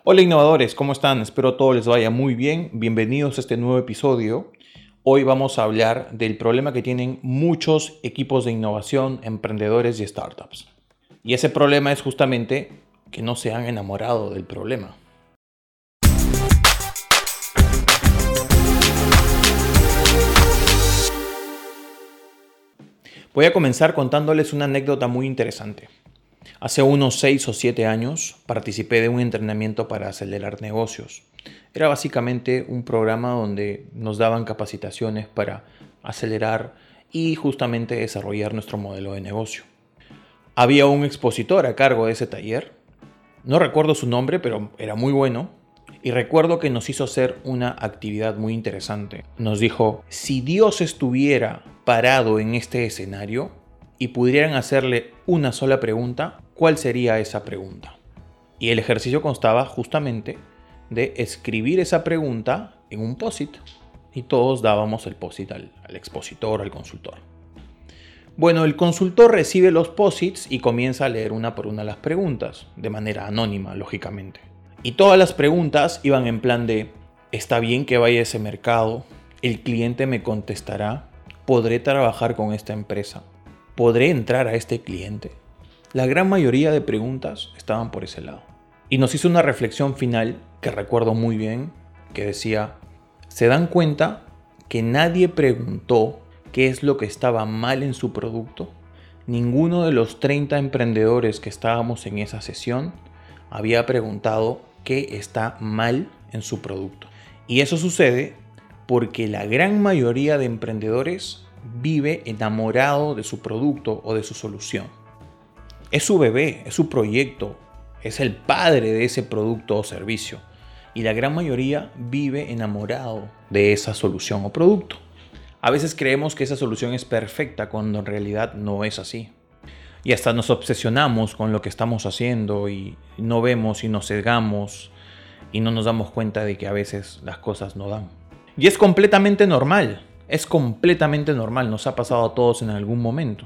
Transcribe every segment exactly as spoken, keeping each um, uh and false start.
Hola innovadores, ¿cómo están? Espero todo les vaya muy bien. Bienvenidos a este nuevo episodio. Hoy vamos a hablar del problema que tienen muchos equipos de innovación, emprendedores y startups. Y ese problema es justamente que no se han enamorado del problema. Voy a comenzar contándoles una anécdota muy interesante. Hace unos seis o siete años participé de un entrenamiento para acelerar negocios. Era básicamente un programa donde nos daban capacitaciones para acelerar y justamente desarrollar nuestro modelo de negocio. Había un expositor a cargo de ese taller. No recuerdo su nombre, pero era muy bueno. Y recuerdo que nos hizo hacer una actividad muy interesante. Nos dijo, si Dios estuviera parado en este escenario y pudieran hacerle una sola pregunta, ¿cuál sería esa pregunta? Y el ejercicio constaba justamente de escribir esa pregunta en un post-it. Y todos dábamos el post-it al, al expositor, al consultor. Bueno, el consultor recibe los post-its y comienza a leer una por una las preguntas, de manera anónima, lógicamente. Y todas las preguntas iban en plan de, ¿está bien que vaya a ese mercado? ¿El cliente me contestará? ¿Podré trabajar con esta empresa? ¿Podré entrar a este cliente? La gran mayoría de preguntas estaban por ese lado. Y nos hizo una reflexión final que recuerdo muy bien, que decía, ¿se dan cuenta que nadie preguntó qué es lo que estaba mal en su producto? Ninguno de los treinta emprendedores que estábamos en esa sesión había preguntado qué está mal en su producto. Y eso sucede porque la gran mayoría de emprendedores vive enamorado de su producto o de su solución. Es su bebé, es su proyecto, es el padre de ese producto o servicio. Y la gran mayoría vive enamorado de esa solución o producto. A veces creemos que esa solución es perfecta cuando en realidad no es así. Y hasta nos obsesionamos con lo que estamos haciendo y no vemos y nos cegamos y no nos damos cuenta de que a veces las cosas no dan. Y es completamente normal, es completamente normal, nos ha pasado a todos en algún momento.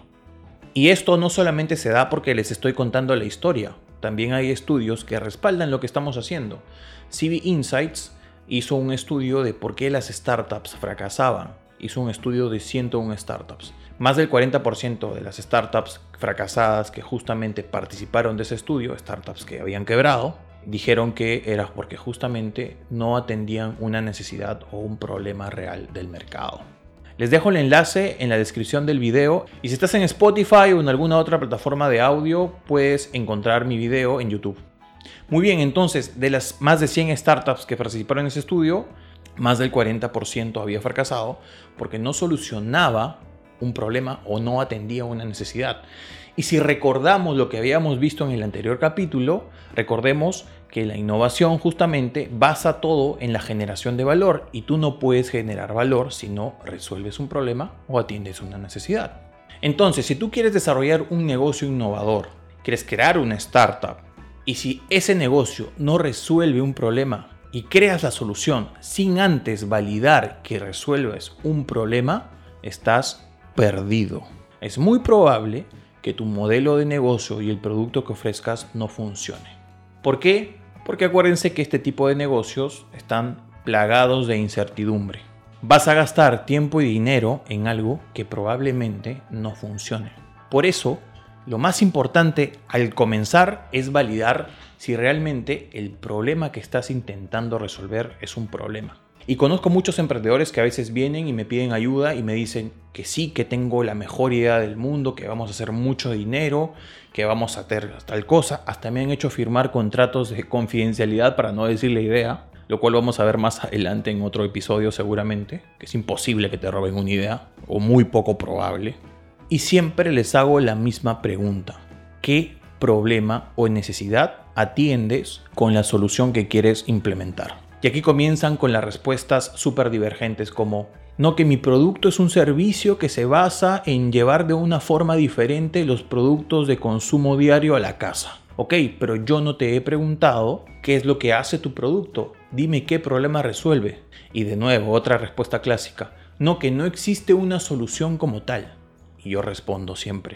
Y esto no solamente se da porque les estoy contando la historia, también hay estudios que respaldan lo que estamos haciendo. C B Insights hizo un estudio de por qué las startups fracasaban. Hizo un estudio de ciento uno startups. Más del cuarenta por ciento de las startups fracasadas que justamente participaron de ese estudio, startups que habían quebrado, dijeron que era porque justamente no atendían una necesidad o un problema real del mercado. Les dejo el enlace en la descripción del video y si estás en Spotify o en alguna otra plataforma de audio, puedes encontrar mi video en YouTube. Muy bien, entonces, de las más de cien startups que participaron en ese estudio, más del cuarenta por ciento había fracasado porque no solucionaba un problema o no atendía una necesidad. Y si recordamos lo que habíamos visto en el anterior capítulo, recordemos que la innovación justamente basa todo en la generación de valor y tú no puedes generar valor si no resuelves un problema o atiendes una necesidad. Entonces, si tú quieres desarrollar un negocio innovador, quieres crear una startup y si ese negocio no resuelve un problema y creas la solución sin antes validar que resuelves un problema, estás perdido. Es muy probable que tu modelo de negocio y el producto que ofrezcas no funcione. ¿Por qué? Porque acuérdense que este tipo de negocios están plagados de incertidumbre. Vas a gastar tiempo y dinero en algo que probablemente no funcione. Por eso, lo más importante al comenzar es validar si realmente el problema que estás intentando resolver es un problema. Y conozco muchos emprendedores que a veces vienen y me piden ayuda y me dicen que sí, que tengo la mejor idea del mundo, que vamos a hacer mucho dinero, que vamos a hacer tal cosa. Hasta me han hecho firmar contratos de confidencialidad para no decir la idea, lo cual vamos a ver más adelante en otro episodio seguramente, que es imposible que te roben una idea, o muy poco probable. Y siempre les hago la misma pregunta. ¿Qué problema o necesidad atiendes con la solución que quieres implementar? Y aquí comienzan con las respuestas súper divergentes como no, que mi producto es un servicio que se basa en llevar de una forma diferente los productos de consumo diario a la casa. Ok, pero yo no te he preguntado qué es lo que hace tu producto. Dime qué problema resuelve. Y de nuevo, otra respuesta clásica. No, que no existe una solución como tal. Y yo respondo siempre,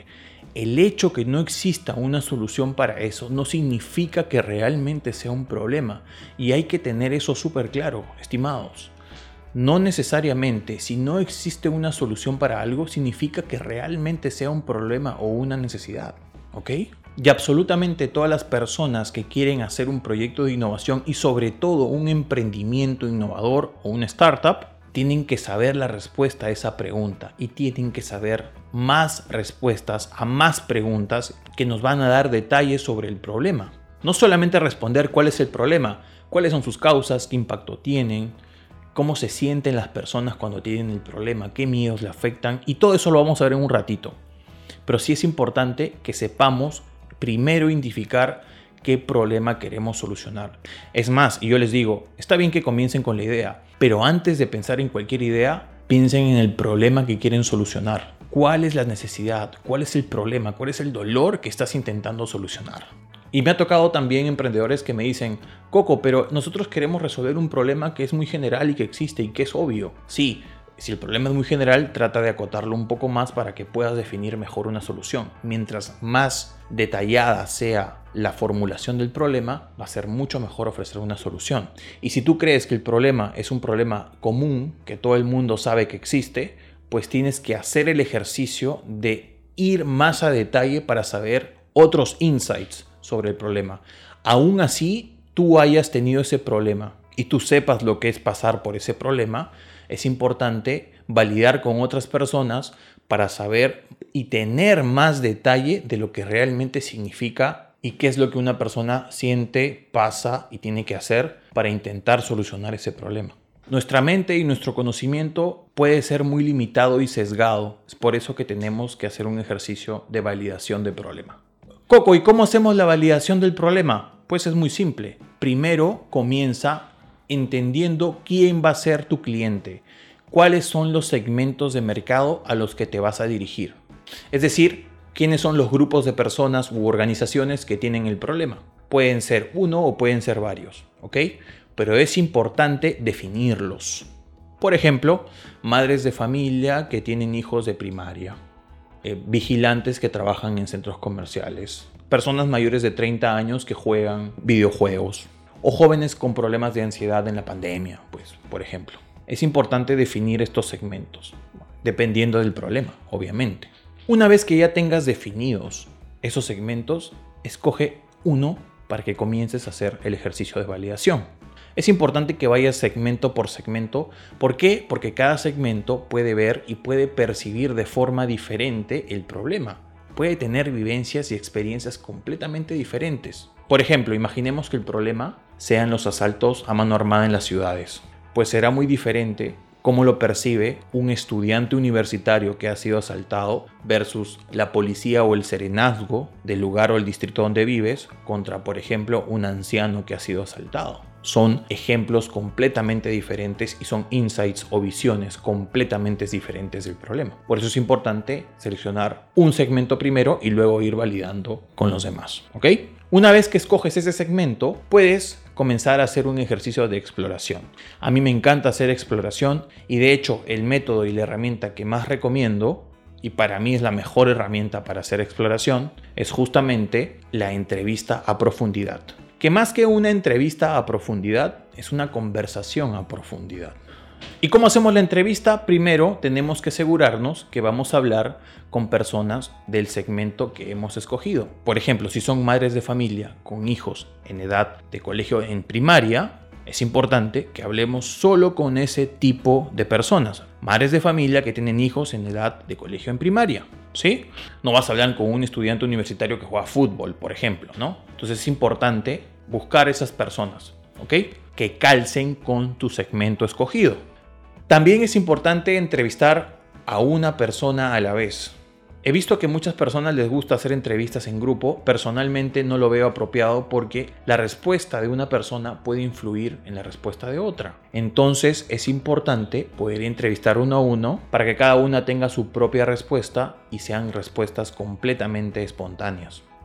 el hecho que no exista una solución para eso no significa que realmente sea un problema. Y hay que tener eso súper claro, estimados. No necesariamente, si no existe una solución para algo, significa que realmente sea un problema o una necesidad, ¿ok? Y absolutamente todas las personas que quieren hacer un proyecto de innovación y sobre todo un emprendimiento innovador o una startup, tienen que saber la respuesta a esa pregunta y tienen que saber más respuestas a más preguntas que nos van a dar detalles sobre el problema. No solamente responder cuál es el problema, cuáles son sus causas, qué impacto tienen, cómo se sienten las personas cuando tienen el problema, qué miedos le afectan, y todo eso lo vamos a ver en un ratito. Pero sí es importante que sepamos primero identificar qué problema queremos solucionar. Es más, y yo les digo, está bien que comiencen con la idea, pero antes de pensar en cualquier idea, piensen en el problema que quieren solucionar. ¿Cuál es la necesidad? ¿Cuál es el problema? ¿Cuál es el dolor que estás intentando solucionar? Y me ha tocado también emprendedores que me dicen, Coco, pero nosotros queremos resolver un problema que es muy general y que existe y que es obvio. Sí, si el problema es muy general, trata de acotarlo un poco más para que puedas definir mejor una solución. Mientras más detallada sea la formulación del problema, va a ser mucho mejor ofrecer una solución. Y si tú crees que el problema es un problema común, que todo el mundo sabe que existe, pues tienes que hacer el ejercicio de ir más a detalle para saber otros insights sobre el problema. Aún así, tú hayas tenido ese problema y tú sepas lo que es pasar por ese problema, es importante validar con otras personas para saber y tener más detalle de lo que realmente significa y qué es lo que una persona siente, pasa y tiene que hacer para intentar solucionar ese problema. Nuestra mente y nuestro conocimiento puede ser muy limitado y sesgado. Es por eso que tenemos que hacer un ejercicio de validación del problema. Coco, ¿y cómo hacemos la validación del problema? Pues es muy simple. Primero comienza entendiendo quién va a ser tu cliente, cuáles son los segmentos de mercado a los que te vas a dirigir. Es decir, quiénes son los grupos de personas u organizaciones que tienen el problema. Pueden ser uno o pueden ser varios, ¿ok? Pero es importante definirlos. Por ejemplo, madres de familia que tienen hijos de primaria. Eh, vigilantes que trabajan en centros comerciales, personas mayores de treinta años que juegan videojuegos o jóvenes con problemas de ansiedad en la pandemia, pues, por ejemplo. Es importante definir estos segmentos, dependiendo del problema, obviamente. Una vez que ya tengas definidos esos segmentos, escoge uno para que comiences a hacer el ejercicio de validación. Es importante que vayas segmento por segmento. ¿Por qué? Porque cada segmento puede ver y puede percibir de forma diferente el problema. Puede tener vivencias y experiencias completamente diferentes. Por ejemplo, imaginemos que el problema sean los asaltos a mano armada en las ciudades. Pues será muy diferente cómo lo percibe un estudiante universitario que ha sido asaltado versus la policía o el serenazgo del lugar o el distrito donde vives contra, por ejemplo, un anciano que ha sido asaltado. Son ejemplos completamente diferentes y son insights o visiones completamente diferentes del problema. Por eso es importante seleccionar un segmento primero y luego ir validando con los demás, ¿ok? Una vez que escoges ese segmento, puedes comenzar a hacer un ejercicio de exploración. A mí me encanta hacer exploración y de hecho el método y la herramienta que más recomiendo, y para mí es la mejor herramienta para hacer exploración, es justamente la entrevista a profundidad. Que más que una entrevista a profundidad, es una conversación a profundidad. ¿Y cómo hacemos la entrevista? Primero tenemos que asegurarnos que vamos a hablar con personas del segmento que hemos escogido. Por ejemplo, si son madres de familia con hijos en edad de colegio en primaria, es importante que hablemos solo con ese tipo de personas. Madres de familia que tienen hijos en edad de colegio en primaria, ¿sí? No vas a hablar con un estudiante universitario que juega fútbol, por ejemplo, ¿no? Entonces es importante buscar esas personas, ¿ok? Que calcen con tu segmento escogido. También es importante entrevistar a una persona a la vez. He visto que a muchas personas les gusta hacer entrevistas en grupo. Personalmente no lo veo apropiado porque la respuesta de una persona puede influir en la respuesta de otra. Entonces es importante poder entrevistar uno a uno para que cada una tenga su propia respuesta y sean respuestas completamente espontáneas,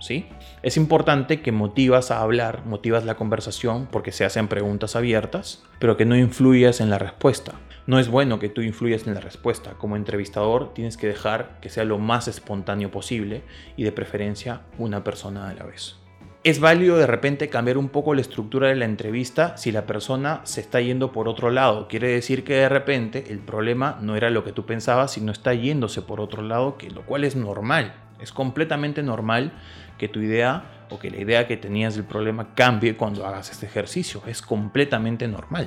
¿sí? Es importante que motivas a hablar, motivas la conversación porque se hacen preguntas abiertas, pero que no influyas en la respuesta. No es bueno que tú influyas en la respuesta. Como entrevistador tienes que dejar que sea lo más espontáneo posible y de preferencia una persona a la vez. Es válido de repente cambiar un poco la estructura de la entrevista si la persona se está yendo por otro lado. Quiere decir que de repente el problema no era lo que tú pensabas, sino está yéndose por otro lado, que lo cual es normal. Es completamente normal que tu idea o que la idea que tenías del problema cambie cuando hagas este ejercicio. Es completamente normal.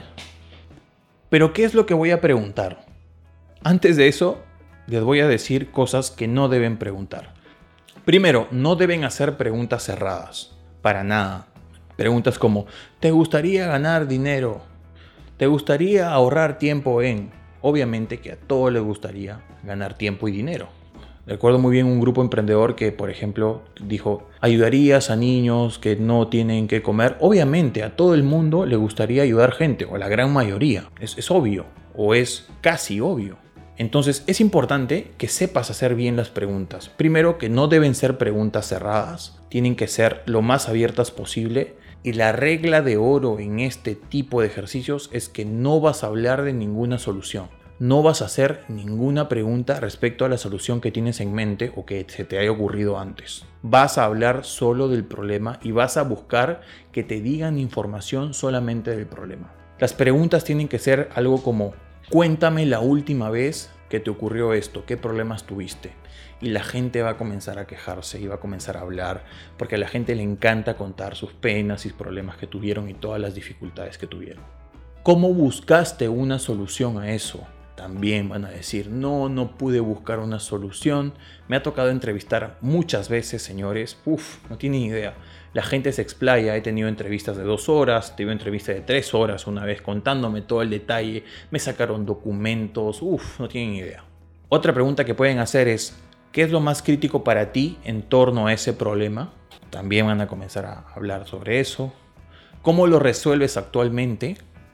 Pero ¿qué es lo que voy a preguntar? Antes de eso, les voy a decir cosas que no deben preguntar. Primero, no deben hacer preguntas cerradas. Para nada. Preguntas como, ¿te gustaría ganar dinero? ¿Te gustaría ahorrar tiempo en? Obviamente que a todos les gustaría ganar tiempo y dinero. Recuerdo muy bien un grupo emprendedor que, por ejemplo, dijo, ¿ayudarías a niños que no tienen que comer? Obviamente a todo el mundo le gustaría ayudar gente, o a la gran mayoría. Es, es obvio, o es casi obvio. Entonces es importante que sepas hacer bien las preguntas. Primero, que no deben ser preguntas cerradas, tienen que ser lo más abiertas posible. Y la regla de oro en este tipo de ejercicios es que no vas a hablar de ninguna solución. No vas a hacer ninguna pregunta respecto a la solución que tienes en mente o que se te haya ocurrido antes. Vas a hablar solo del problema y vas a buscar que te digan información solamente del problema. Las preguntas tienen que ser algo como, cuéntame la última vez que te ocurrió esto, qué problemas tuviste. Y la gente va a comenzar a quejarse y va a comenzar a hablar, porque a la gente le encanta contar sus penas y problemas que tuvieron y todas las dificultades que tuvieron. ¿Cómo buscaste una solución a eso? También van a decir, no, no pude buscar una solución. Me ha tocado entrevistar muchas veces, señores. Uf, no tienen idea. La gente se explaya. He tenido entrevistas de dos horas, tuve entrevistas de tres horas una vez contándome todo el detalle. Me sacaron documentos. Uf, no tienen idea. Otra pregunta que pueden hacer es, ¿qué es lo más crítico para ti en torno a ese problema? También van a comenzar a hablar sobre eso. ¿Cómo lo resuelves actualmente?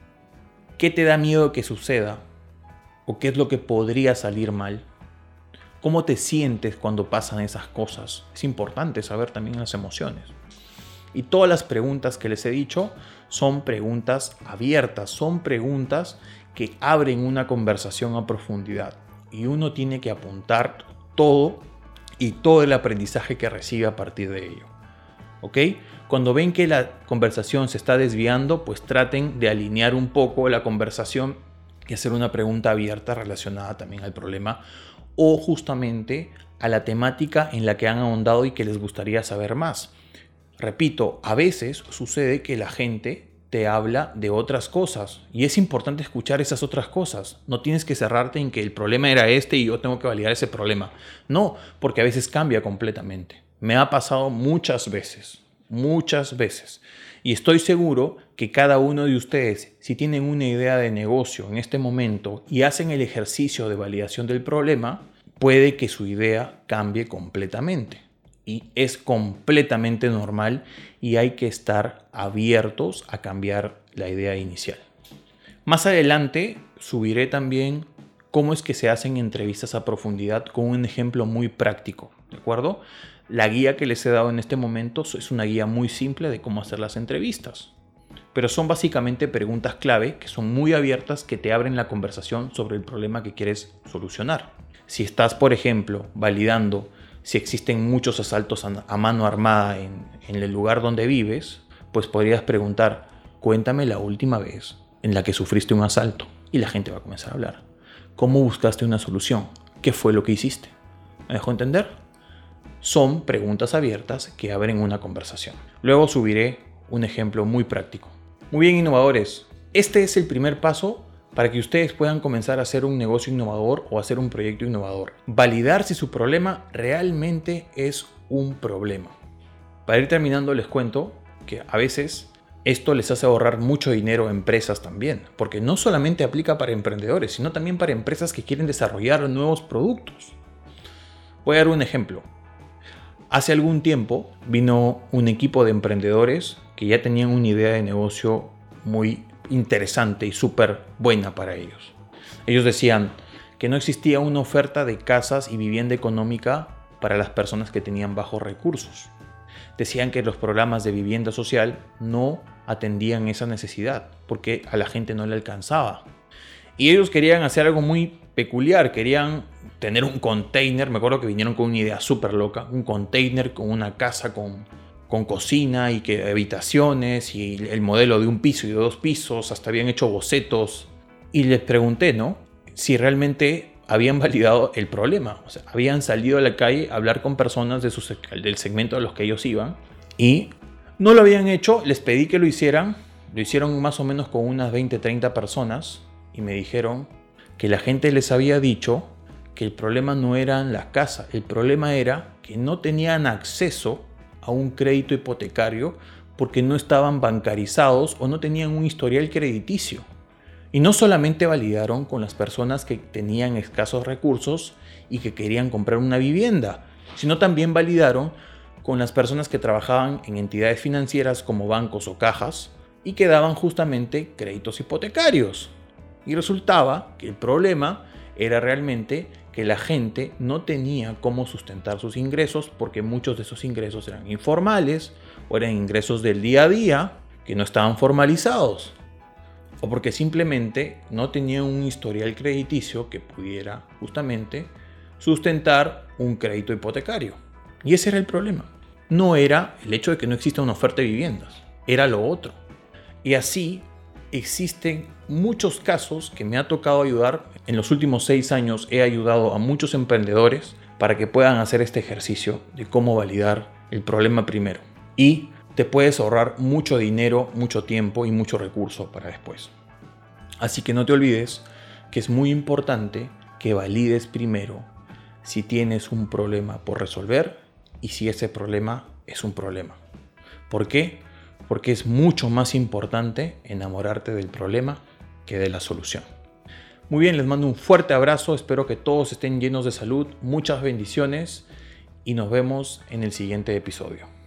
¿Qué te da miedo que suceda? ¿O qué es lo que podría salir mal? ¿Cómo te sientes cuando pasan esas cosas? Es importante saber también las emociones. Y todas las preguntas que les he dicho son preguntas abiertas, son preguntas que abren una conversación a profundidad. Y uno tiene que apuntar todo y todo el aprendizaje que recibe a partir de ello. ¿Ok? Cuando ven que la conversación se está desviando, pues traten de alinear un poco la conversación y hacer una pregunta abierta relacionada también al problema o justamente a la temática en la que han ahondado y que les gustaría saber más. Repito, a veces sucede que la gente te habla de otras cosas y es importante escuchar esas otras cosas. No tienes que cerrarte en que el problema era este y yo tengo que validar ese problema. No, porque a veces cambia completamente. Me ha pasado muchas veces, muchas veces. Y estoy seguro que cada uno de ustedes, si tienen una idea de negocio en este momento y hacen el ejercicio de validación del problema, puede que su idea cambie completamente. Y es completamente normal y hay que estar abiertos a cambiar la idea inicial. Más adelante subiré también cómo es que se hacen entrevistas a profundidad con un ejemplo muy práctico, ¿de acuerdo? La guía que les he dado en este momento es una guía muy simple de cómo hacer las entrevistas. Pero son básicamente preguntas clave que son muy abiertas que te abren la conversación sobre el problema que quieres solucionar. Si estás, por ejemplo, validando si existen muchos asaltos a mano armada en, en el lugar donde vives, pues podrías preguntar, cuéntame la última vez en la que sufriste un asalto. Y la gente va a comenzar a hablar. ¿Cómo buscaste una solución? ¿Qué fue lo que hiciste? ¿Me dejó entender? Son preguntas abiertas que abren una conversación. Luego subiré un ejemplo muy práctico. Muy bien, innovadores. Este es el primer paso para que ustedes puedan comenzar a hacer un negocio innovador o hacer un proyecto innovador. Validar si su problema realmente es un problema. Para ir terminando, les cuento que a veces esto les hace ahorrar mucho dinero a empresas también, porque no solamente aplica para emprendedores, sino también para empresas que quieren desarrollar nuevos productos. Voy a dar un ejemplo. Hace algún tiempo vino un equipo de emprendedores que ya tenían una idea de negocio muy interesante y súper buena para ellos. Ellos decían que no existía una oferta de casas y vivienda económica para las personas que tenían bajos recursos. decían que los programas de vivienda social no atendían esa necesidad porque a la gente no le alcanzaba. Y ellos querían hacer algo muy peculiar, querían tener un container, me acuerdo que vinieron con una idea súper loca, un container con una casa con, con cocina y que habitaciones y el modelo de un piso y de dos pisos, hasta habían hecho bocetos. Y les pregunté, ¿no? Si realmente habían validado el problema, o sea, habían salido a la calle a hablar con personas de su, del segmento a los que ellos iban y no lo habían hecho. Les pedí que lo hicieran, lo hicieron más o menos con unas veinte, treinta personas y me dijeron que la gente les había dicho que el problema no era la casa, el problema era que no tenían acceso a un crédito hipotecario porque no estaban bancarizados o no tenían un historial crediticio. Y no solamente validaron con las personas que tenían escasos recursos y que querían comprar una vivienda, sino también validaron con las personas que trabajaban en entidades financieras como bancos o cajas y que daban justamente créditos hipotecarios. Y resultaba que el problema era realmente que la gente no tenía cómo sustentar sus ingresos porque muchos de esos ingresos eran informales o eran ingresos del día a día que no estaban formalizados, o porque simplemente no tenían un historial crediticio que pudiera justamente sustentar un crédito hipotecario. Y ese era el problema. No era el hecho de que no exista una oferta de viviendas, era lo otro. Y así existen muchos casos que me ha tocado ayudar. En los últimos seis años he ayudado a muchos emprendedores para que puedan hacer este ejercicio de cómo validar el problema primero. Y te puedes ahorrar mucho dinero, mucho tiempo y mucho recurso para después. Así que no te olvides que es muy importante que valides primero si tienes un problema por resolver y si ese problema es un problema. ¿Por qué? Porque es mucho más importante enamorarte del problema que de la solución. Muy bien, les mando un fuerte abrazo, espero que todos estén llenos de salud, muchas bendiciones y nos vemos en el siguiente episodio.